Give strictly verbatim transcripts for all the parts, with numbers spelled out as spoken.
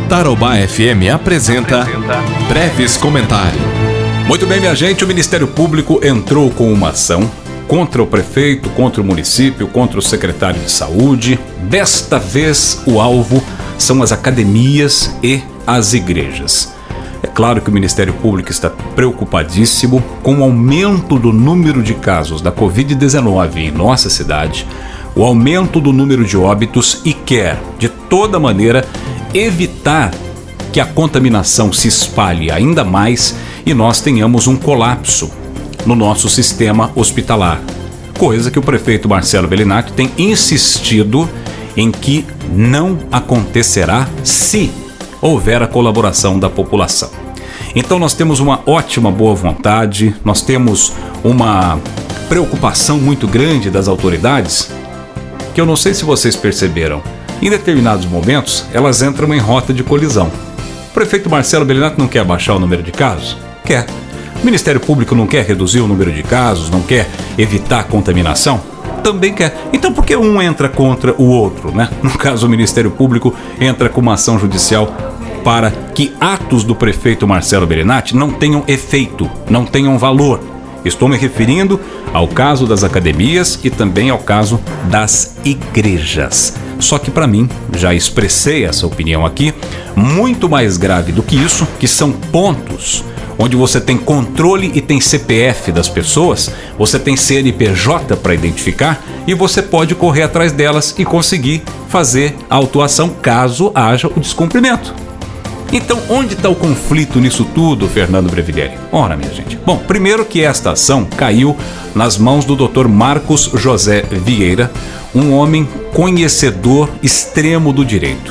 Tarobá F M apresenta, apresenta Breves Comentários. Muito bem, minha gente, o Ministério Público entrou com uma ação contra o prefeito, contra o município, contra o secretário de saúde. Desta vez, o alvo são as academias e as igrejas. É claro que o Ministério Público está preocupadíssimo com o aumento do número de casos da covid dezenove em nossa cidade, o aumento do número de óbitos e quer, de toda maneira, evitar que a contaminação se espalhe ainda mais e nós tenhamos um colapso no nosso sistema hospitalar. Coisa que o prefeito Marcelo Bellinati tem insistido em que não acontecerá se houver a colaboração da população. Então nós temos uma ótima boa vontade, nós temos uma preocupação muito grande das autoridades, que eu não sei se vocês perceberam. Em determinados momentos, elas entram em rota de colisão. O prefeito Marcelo Bellinati não quer abaixar o número de casos? Quer. O Ministério Público não quer reduzir o número de casos, não quer evitar a contaminação? Também quer. Então por que um entra contra o outro, né? No caso, o Ministério Público entra com uma ação judicial para que atos do prefeito Marcelo Bellinati não tenham efeito, não tenham valor. Estou me referindo ao caso das academias e também ao caso das igrejas. Só que para mim, já expressei essa opinião aqui, muito mais grave do que isso, que são pontos onde você tem controle e tem C P F das pessoas, você tem C N P J para identificar e você pode correr atrás delas e conseguir fazer a autuação caso haja o descumprimento. Então, onde está o conflito nisso tudo, Fernando Breviglieri? Ora, minha gente. Bom, primeiro que esta ação caiu nas mãos do doutor Marcos José Vieira, um homem conhecedor extremo do direito.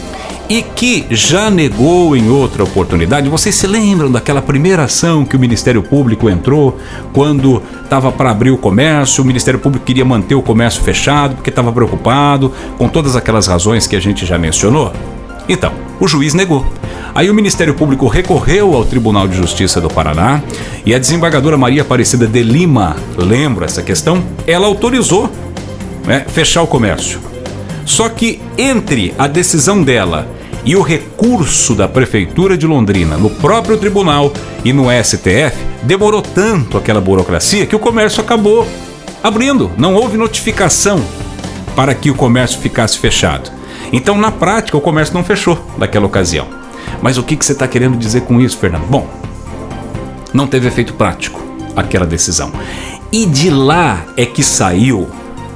E que já negou em outra oportunidade. Vocês se lembram daquela primeira ação que o Ministério Público entrou quando estava para abrir o comércio, o Ministério Público queria manter o comércio fechado porque estava preocupado com todas aquelas razões que a gente já mencionou? Então, o juiz negou. Aí o Ministério Público recorreu ao Tribunal de Justiça do Paraná e a desembargadora Maria Aparecida de Lima, lembro essa questão, ela autorizou, né, fechar o comércio. Só que entre a decisão dela e o recurso da Prefeitura de Londrina no próprio tribunal e no S T F, demorou tanto aquela burocracia que o comércio acabou abrindo. Não houve notificação para que o comércio ficasse fechado. Então, na prática, o comércio não fechou naquela ocasião. Mas o que, que você está querendo dizer com isso, Fernando? Bom, não teve efeito prático aquela decisão. E de lá é que saiu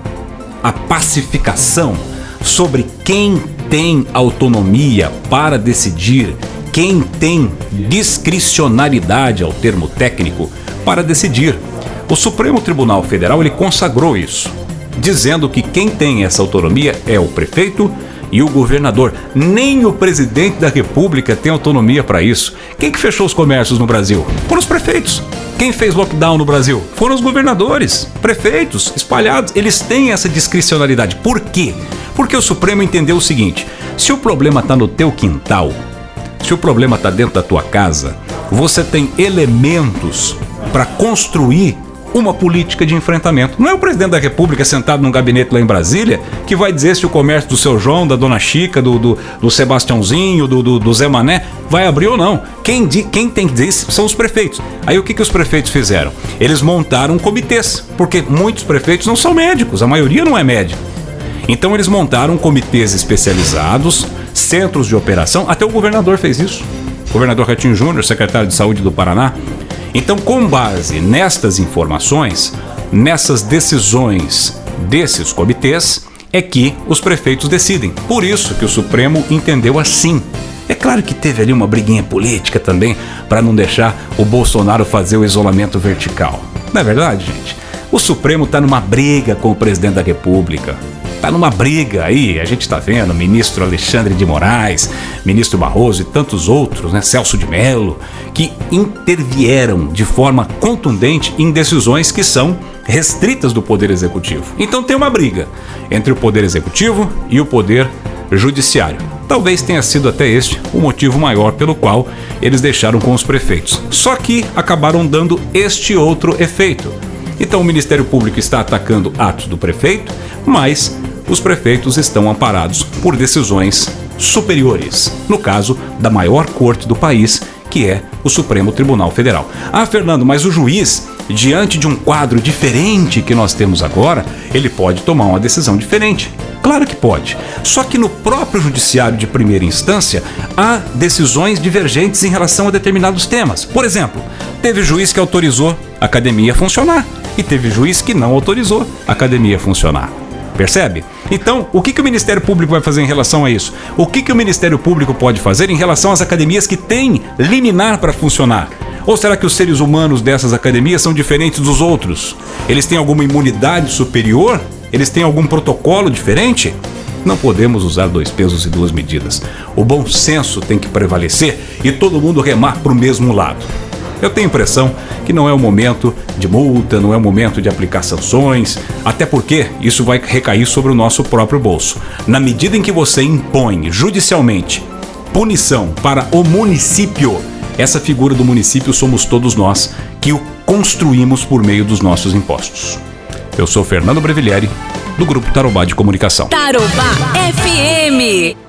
a pacificação sobre quem tem autonomia para decidir, quem tem discricionariedade, ao termo técnico, para decidir. O Supremo Tribunal Federal ele consagrou isso, dizendo que quem tem essa autonomia é o prefeito e o governador. Nem o presidente da República tem autonomia para isso. Quem que fechou os comércios no Brasil? Foram os prefeitos. Quem fez lockdown no Brasil? Foram os governadores, prefeitos espalhados. Eles têm essa discricionalidade. Por quê? Porque o Supremo entendeu o seguinte: se o problema está no teu quintal, se o problema está dentro da tua casa, você tem elementos para construir uma política de enfrentamento. Não é o presidente da República sentado num gabinete lá em Brasília que vai dizer se o comércio do seu João, da dona Chica, do, do, do Sebastiãozinho, do, do, do Zé Mané vai abrir ou não. Quem, di, quem tem que dizer isso são os prefeitos. Aí o que, que os prefeitos fizeram? Eles montaram comitês, porque muitos prefeitos não são médicos, a maioria não é médico. Então eles montaram comitês especializados, centros de operação, até o governador fez isso. O governador Ratinho Júnior, secretário de Saúde do Paraná. Então, com base nestas informações, nessas decisões desses comitês, é que os prefeitos decidem. Por isso que o Supremo entendeu assim. É claro que teve ali uma briguinha política também, para não deixar o Bolsonaro fazer o isolamento vertical. Não é verdade, gente? O Supremo está numa briga com o presidente da República. Está numa briga aí, a gente está vendo, ministro Alexandre de Moraes, ministro Barroso e tantos outros, né, Celso de Mello, que intervieram de forma contundente em decisões que são restritas do Poder Executivo. Então tem uma briga entre o Poder Executivo e o Poder Judiciário. Talvez tenha sido até este o motivo maior pelo qual eles deixaram com os prefeitos. Só que acabaram dando este outro efeito. Então o Ministério Público está atacando atos do prefeito, mas os prefeitos estão amparados por decisões superiores, no caso da maior corte do país, que é o Supremo Tribunal Federal. Ah, Fernando, mas o juiz, diante de um quadro diferente que nós temos agora, ele pode tomar uma decisão diferente. Claro que pode. Só que no próprio judiciário de primeira instância, há decisões divergentes em relação a determinados temas. Por exemplo, teve juiz que autorizou a academia a funcionar e teve juiz que não autorizou a academia a funcionar. Percebe? Então, o que, que o Ministério Público vai fazer em relação a isso? O que, que o Ministério Público pode fazer em relação às academias que têm liminar para funcionar? Ou será que os seres humanos dessas academias são diferentes dos outros? Eles têm alguma imunidade superior? Eles têm algum protocolo diferente? Não podemos usar dois pesos e duas medidas. O bom senso tem que prevalecer e todo mundo remar para o mesmo lado. Eu tenho a impressão que não é o momento de multa, não é o momento de aplicar sanções, até porque isso vai recair sobre o nosso próprio bolso. Na medida em que você impõe judicialmente punição para o município, essa figura do município somos todos nós que o construímos por meio dos nossos impostos. Eu sou Fernando Brevilieri, do Grupo Tarobá de Comunicação. Tarobá F M.